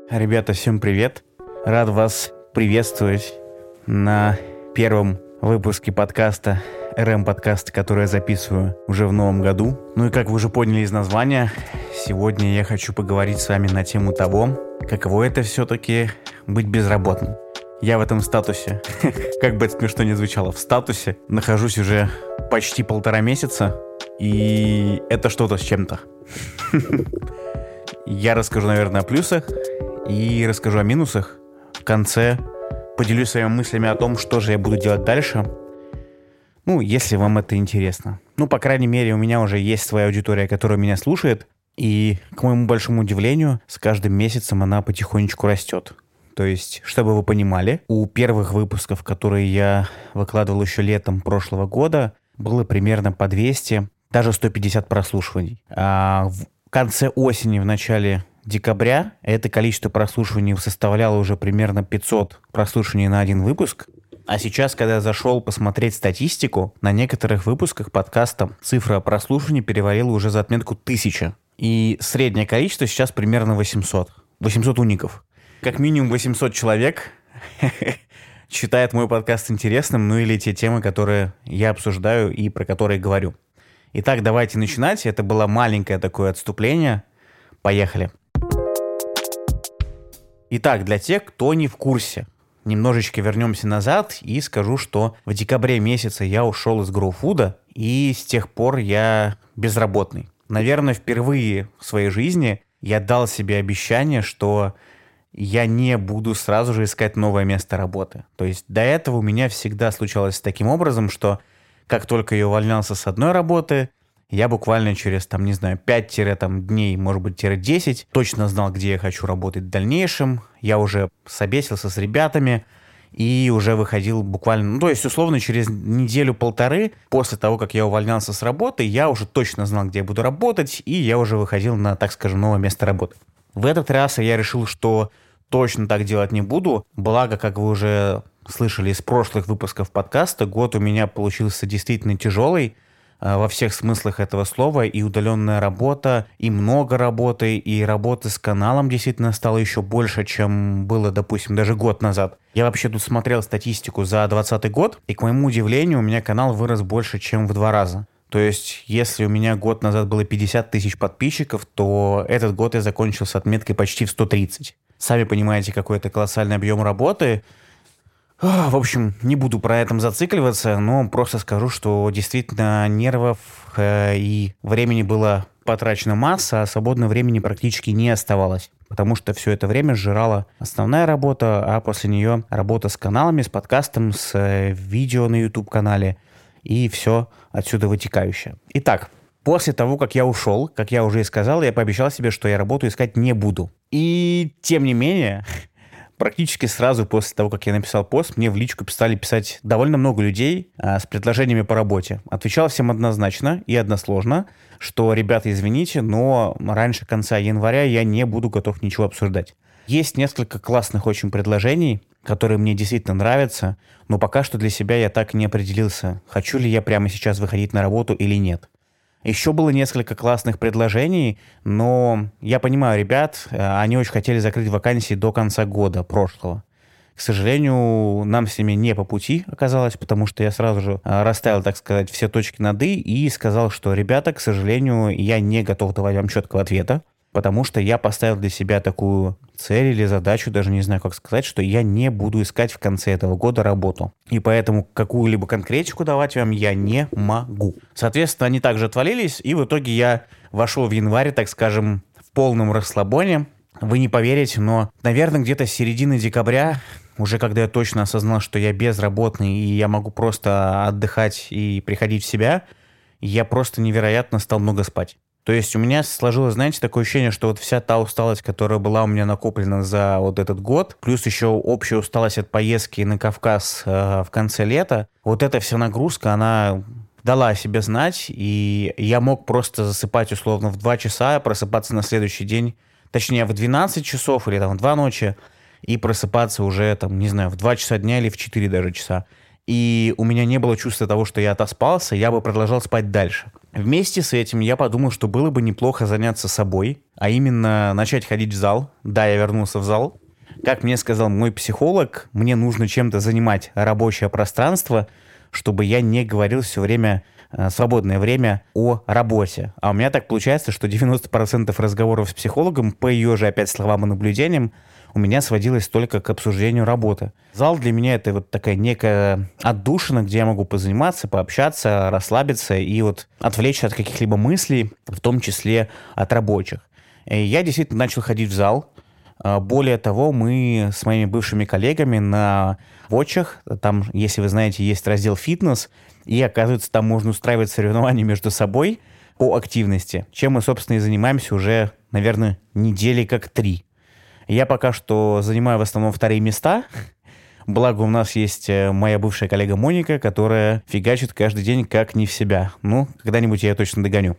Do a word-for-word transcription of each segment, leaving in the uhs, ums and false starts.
Ребята, всем привет! Рад вас приветствовать на первом выпуске подкаста, эр эм-подкаста, который я записываю уже в новом году. Ну и как вы уже поняли из названия, сегодня я хочу поговорить с вами на тему того, каково это все-таки быть безработным. Я в этом статусе, как бы это смешно ни звучало, в статусе нахожусь уже почти полтора месяца, и это что-то с чем-то. Я расскажу, наверное, о плюсах и расскажу о минусах. В конце поделюсь своими мыслями о том, что же я буду делать дальше. Ну, если вам это интересно. Ну, по крайней мере, у меня уже есть своя аудитория, которая меня слушает. И, к моему большому удивлению, с каждым месяцем она потихонечку растет. То есть, чтобы вы понимали, у первых выпусков, которые я выкладывал еще летом прошлого года, было примерно по двести, даже сто пятьдесят прослушиваний. А в конце осени, в начале декабря это количество прослушиваний составляло уже примерно пятьсот прослушиваний на один выпуск. А сейчас, когда я зашел посмотреть статистику, на некоторых выпусках подкаста цифра прослушиваний перевалила уже за отметку тысяча. И среднее количество сейчас примерно восемьсот. восемьсот уников. Как минимум восемьсот человек считает мой подкаст интересным, ну или те темы, которые я обсуждаю и про которые говорю. Итак, давайте начинать. Это было маленькое такое отступление. Поехали. Итак, для тех, кто не в курсе, немножечко вернемся назад и скажу, что в декабре месяце я ушел из GrowFood, и с тех пор я безработный. Наверное, впервые в своей жизни я дал себе обещание, что я не буду сразу же искать новое место работы. То есть до этого у меня всегда случалось таким образом, что как только я увольнялся с одной работы, я буквально через, там, не знаю, пять дней, может быть, десять, точно знал, где я хочу работать в дальнейшем. Я уже собесился с ребятами и уже выходил буквально, ну, то есть, условно, через неделю-полторы после того, как я увольнялся с работы, я уже точно знал, где я буду работать, и я уже выходил на, так скажем, новое место работы. В этот раз я решил, что точно так делать не буду. Благо, как вы уже слышали из прошлых выпусков подкаста, год у меня получился действительно тяжелый во всех смыслах этого слова. И удаленная работа, и много работы, и работы с каналом действительно стало еще больше, чем было, допустим, даже год назад. Я вообще тут смотрел статистику за двадцатый год, и, к моему удивлению, у меня канал вырос больше, чем в два раза. То есть, если у меня год назад было пятьдесят тысяч подписчиков, то этот год я закончил с отметкой почти в сто тридцать. Сами понимаете, какой это колоссальный объем работы. В общем, не буду про это зацикливаться, но просто скажу, что действительно нервов э, и времени было потрачено масса, а свободного времени практически не оставалось. Потому что все это время сжирала основная работа, а после нее работа с каналами, с подкастом, с э, видео на YouTube-канале и все отсюда вытекающее. Итак, после того, как я ушел, как я уже и сказал, я пообещал себе, что я работу искать не буду. И тем не менее, практически сразу после того, как я написал пост, мне в личку стали писать довольно много людей а, с предложениями по работе. Отвечал всем однозначно и односложно, что, ребята, извините, но раньше конца января я не буду готов ничего обсуждать. Есть несколько классных очень предложений, которые мне действительно нравятся, но пока что для себя я так и не определился, хочу ли я прямо сейчас выходить на работу или нет. Еще было несколько классных предложений, но я понимаю ребят, они очень хотели закрыть вакансии до конца года прошлого. К сожалению, нам с ними не по пути оказалось, потому что я сразу же расставил, так сказать, все точки над «и» и сказал, что, ребята, к сожалению, я не готов давать вам четкого ответа, потому что я поставил для себя такую цель или задачу, даже не знаю, как сказать, что я не буду искать в конце этого года работу. И поэтому какую-либо конкретику давать вам я не могу. Соответственно, они также отвалились, и в итоге я вошел в январь, так скажем, в полном расслабоне. Вы не поверите, но, наверное, где-то с середины декабря, уже когда я точно осознал, что я безработный, и я могу просто отдыхать и приходить в себя, я просто невероятно стал много спать. То есть у меня сложилось, знаете, такое ощущение, что вот вся та усталость, которая была у меня накоплена за вот этот год, плюс еще общая усталость от поездки на Кавказ э, в конце лета, вот эта вся нагрузка, она дала о себе знать, и я мог просто засыпать условно в два часа, просыпаться на следующий день, точнее в двенадцать часов или там в два ночи, и просыпаться уже там, не знаю, в два часа дня или в четыре даже часа. И у меня не было чувства того, что я отоспался, я бы продолжал спать дальше. Вместе с этим я подумал, что было бы неплохо заняться собой, а именно начать ходить в зал. Да, я вернулся в зал. Как мне сказал мой психолог, мне нужно чем-то занимать рабочее пространство, чтобы я не говорил все время, э, свободное время о работе. А у меня так получается, что девяносто процентов разговоров с психологом, по ее же опять словам и наблюдениям, у меня сводилось только к обсуждению работы. Зал для меня это вот такая некая отдушина, где я могу позаниматься, пообщаться, расслабиться и вот отвлечься от каких-либо мыслей, в том числе от рабочих. И я действительно начал ходить в зал. Более того, мы с моими бывшими коллегами на вотчах, там, если вы знаете, есть раздел «Фитнес», и, оказывается, там можно устраивать соревнования между собой по активности, чем мы, собственно, и занимаемся уже, наверное, недели как три. Я пока что занимаю в основном вторые места, благо у нас есть моя бывшая коллега Моника, которая фигачит каждый день как не в себя. Ну, когда-нибудь я ее точно догоню.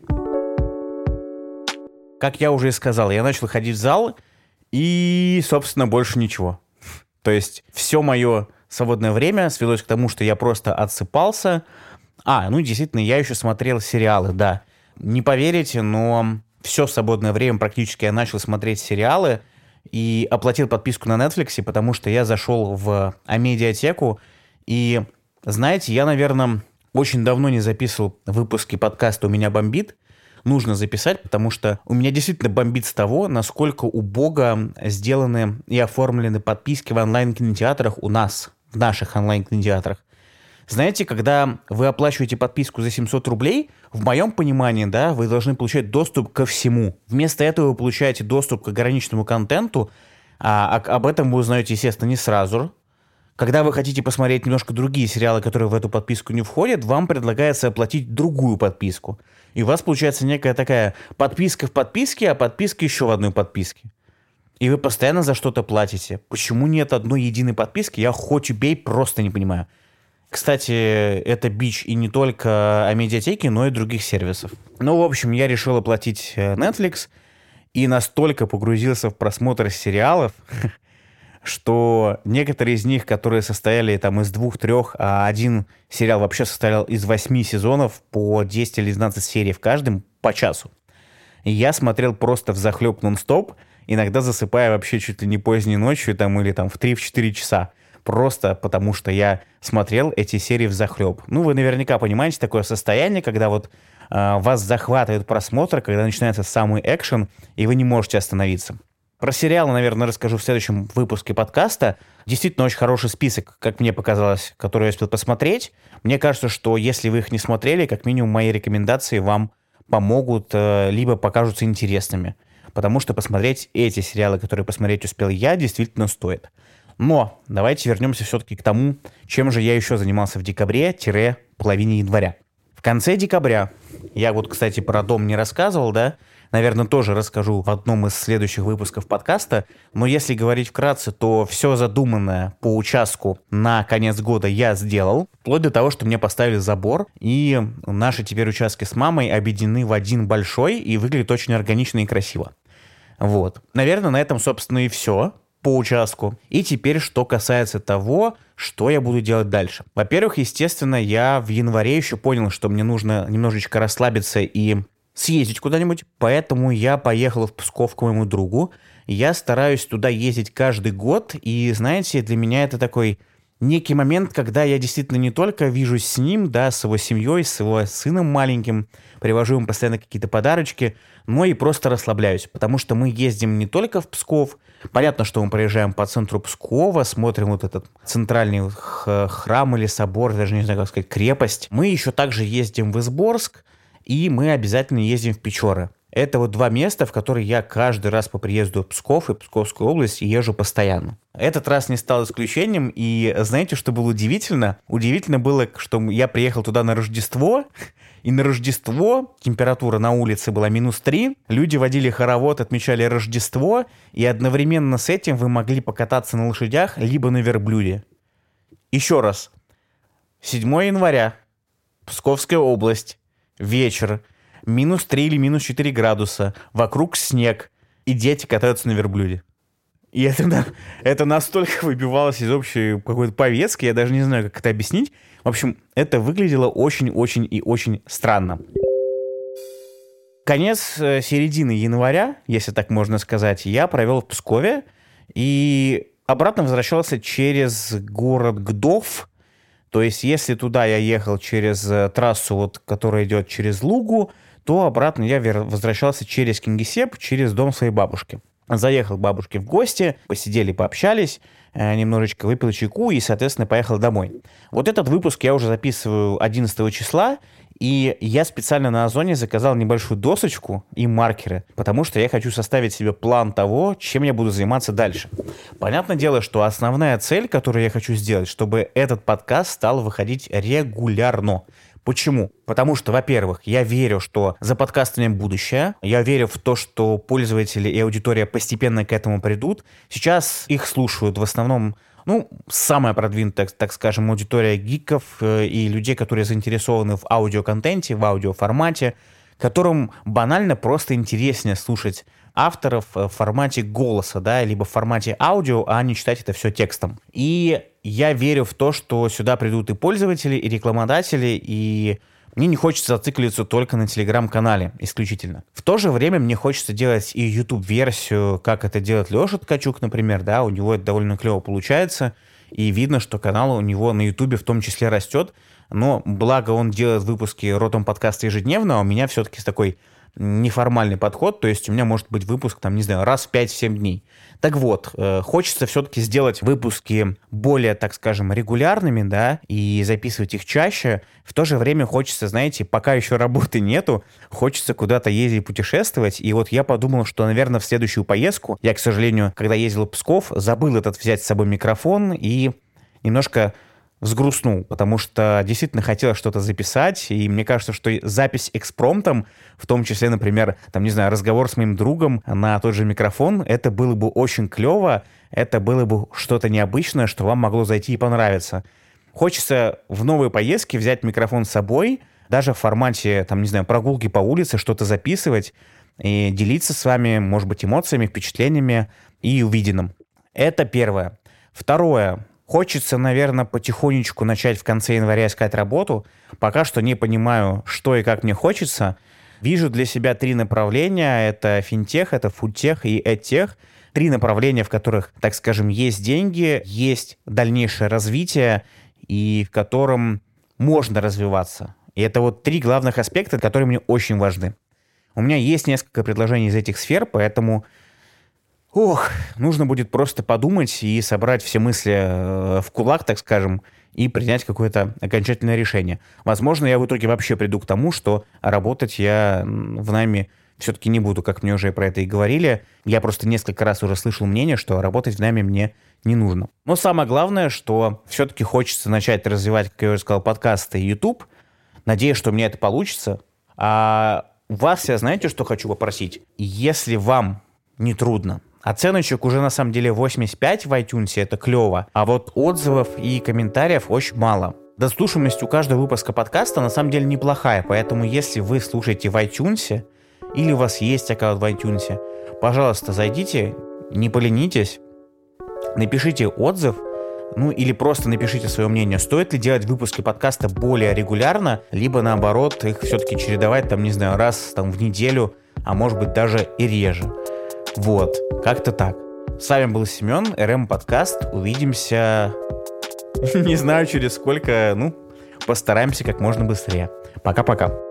Как я уже и сказал, я начал ходить в зал, и, собственно, больше ничего. То есть все мое свободное время свелось к тому, что я просто отсыпался. А, ну, действительно, я еще смотрел сериалы, да. Не поверите, но все свободное время практически я начал смотреть сериалы, и оплатил подписку на Netflix, потому что я зашел в Амедиатеку, и, знаете, я, наверное, очень давно не записывал выпуски подкаста «У меня бомбит». Нужно записать, потому что у меня действительно бомбит с того, насколько убого сделаны и оформлены подписки в онлайн-кинотеатрах у нас, в наших онлайн-кинотеатрах. Знаете, когда вы оплачиваете подписку за семьсот рублей, в моем понимании, да, вы должны получать доступ ко всему. Вместо этого вы получаете доступ к ограниченному контенту, а об этом вы узнаете, естественно, не сразу. Когда вы хотите посмотреть немножко другие сериалы, которые в эту подписку не входят, вам предлагается оплатить другую подписку. И у вас получается некая такая подписка в подписке, а подписка еще в одной подписке. И вы постоянно за что-то платите. Почему нет одной единой подписки, я хоть убей, просто не понимаю. Кстати, это бич и не только Амедиатеки, но и других сервисов. Ну, в общем, я решил оплатить Netflix и настолько погрузился в просмотр сериалов, что некоторые из них, которые состояли там из двух-трех, а один сериал вообще состоял из восьми сезонов по десять или двенадцать серий в каждом по часу. И я смотрел просто взахлеб нон-стоп, иногда засыпая вообще чуть ли не поздней ночью там, или там в три-четыре часа. Просто потому, что я смотрел эти серии взахлеб. Ну, вы наверняка понимаете такое состояние, когда вот э, вас захватывает просмотр, когда начинается самый экшен, и вы не можете остановиться. Про сериалы, наверное, расскажу в следующем выпуске подкаста. Действительно, очень хороший список, как мне показалось, который я успел посмотреть. Мне кажется, что если вы их не смотрели, как минимум мои рекомендации вам помогут, э, либо покажутся интересными. Потому что посмотреть эти сериалы, которые посмотреть успел я, действительно стоит. Но давайте вернемся все-таки к тому, чем же я еще занимался в декабре-половине января. В конце декабря, я вот, кстати, про дом не рассказывал, да, наверное, тоже расскажу в одном из следующих выпусков подкаста, но если говорить вкратце, то все задуманное по участку на конец года я сделал, вплоть до того, что мне поставили забор, и наши теперь участки с мамой объединены в один большой, и выглядит очень органично и красиво. Вот. Наверное, на этом, собственно, и все по участку. И теперь, что касается того, что я буду делать дальше. Во-первых, естественно, я в январе еще понял, что мне нужно немножечко расслабиться и съездить куда-нибудь, поэтому я поехал в Псков к моему другу. Я стараюсь туда ездить каждый год, и, знаете, для меня это такой некий момент, когда я действительно не только вижусь с ним, да, с его семьей, с его сыном маленьким, привожу ему постоянно какие-то подарочки, но и просто расслабляюсь, потому что мы ездим не только в Псков. Понятно, что мы проезжаем по центру Пскова, смотрим вот этот центральный храм или собор, даже не знаю, как сказать, крепость. Мы еще также ездим в Изборск, и мы обязательно ездим в Печоры. Это вот два места, в которые я каждый раз по приезду в Псков и Псковскую область езжу постоянно. Этот раз не стал исключением, и знаете, что было удивительно? Удивительно было, что я приехал туда на Рождество, и на Рождество температура на улице была минус три, люди водили хоровод, отмечали Рождество, и одновременно с этим вы могли покататься на лошадях, либо на верблюде. Еще раз. седьмого января, Псковская область, вечер, минус три или минус четыре градуса, вокруг снег, и дети катаются на верблюде. И это, это настолько выбивалось из общей какой-то повестки, я даже не знаю, как это объяснить. В общем, это выглядело очень-очень и очень странно. конец э, середины января, если так можно сказать, я провел в Пскове и обратно возвращался через город Гдов. То есть, если туда я ехал через э, трассу, вот, которая идет через Лугу, то обратно я вер- возвращался через Кингисепп, через дом своей бабушки. Заехал к бабушке в гости, посидели, пообщались, э, немножечко выпил чайку и, соответственно, поехал домой. Вот этот выпуск я уже записываю одиннадцатого числа, и я специально на Озоне заказал небольшую досочку и маркеры, потому что я хочу составить себе план того, чем я буду заниматься дальше. Понятное дело, что основная цель, которую я хочу сделать, чтобы этот подкаст стал выходить регулярно. Почему? Потому что, во-первых, я верю, что за подкастами будущее. Я верю в то, что пользователи и аудитория постепенно к этому придут. Сейчас их слушают в основном, ну, самая продвинутая, так скажем, аудитория гиков э, и людей, которые заинтересованы в аудиоконтенте, в аудиоформате, которым банально просто интереснее слушать авторов в формате голоса, да, либо в формате аудио, а не читать это все текстом. И я верю в то, что сюда придут и пользователи, и рекламодатели, и мне не хочется зацикливаться только на телеграм-канале исключительно. В то же время мне хочется делать и YouTube-версию, как это делает Леша Ткачук, например, да, у него это довольно клево получается, и видно, что канал у него на YouTube в том числе растет, но благо он делает выпуски Ротом подкаста ежедневно, а у меня все-таки такой неформальный подход, то есть у меня может быть выпуск, там, не знаю, раз в пять-семь дней. Так вот, э, хочется все-таки сделать выпуски более, так скажем, регулярными, да, и записывать их чаще. В то же время хочется, знаете, пока еще работы нету, хочется куда-то ездить, путешествовать, и вот я подумал, что, наверное, в следующую поездку, я, к сожалению, когда ездил в Псков, забыл этот взять с собой микрофон и немножко взгрустнул, потому что действительно хотелось что-то записать, и мне кажется, что запись экспромтом, в том числе, например, там, не знаю, разговор с моим другом на тот же микрофон, это было бы очень клево, это было бы что-то необычное, что вам могло зайти и понравиться. Хочется в новой поездке взять микрофон с собой, даже в формате, там, не знаю, прогулки по улице, что-то записывать и делиться с вами, может быть, эмоциями, впечатлениями и увиденным. Это первое. Второе. Хочется, наверное, потихонечку начать в конце января искать работу. Пока что не понимаю, что и как мне хочется. Вижу для себя три направления. Это финтех, это фудтех и эдтех. Три направления, в которых, так скажем, есть деньги, есть дальнейшее развитие и в котором можно развиваться. И это вот три главных аспекта, которые мне очень важны. У меня есть несколько предложений из этих сфер, поэтому... Ох, нужно будет просто подумать и собрать все мысли в кулак, так скажем, и принять какое-то окончательное решение. Возможно, я в итоге вообще приду к тому, что работать я в найме все-таки не буду, как мне уже про это и говорили. Я просто несколько раз уже слышал мнение, что работать в найме мне не нужно. Но самое главное, что все-таки хочется начать развивать, как я уже сказал, подкасты и YouTube. Надеюсь, что у меня это получится. А вас я, знаете, что хочу попросить? Если вам не трудно, оценочек уже на самом деле восемьдесят пять в iTunes, это клево, а вот отзывов и комментариев очень мало. Дослушиваемость у каждого выпуска подкаста на самом деле неплохая, поэтому если вы слушаете в iTunes или у вас есть аккаунт в iTunes, пожалуйста, зайдите, не поленитесь, напишите отзыв, ну или просто напишите свое мнение, стоит ли делать выпуски подкаста более регулярно, либо наоборот их все-таки чередовать, там, не знаю, раз там, в неделю, а может быть даже и реже. Вот, как-то так. С вами был Семен, эр эм Подкаст. Увидимся, не знаю через сколько, ну, постараемся как можно быстрее. Пока-пока.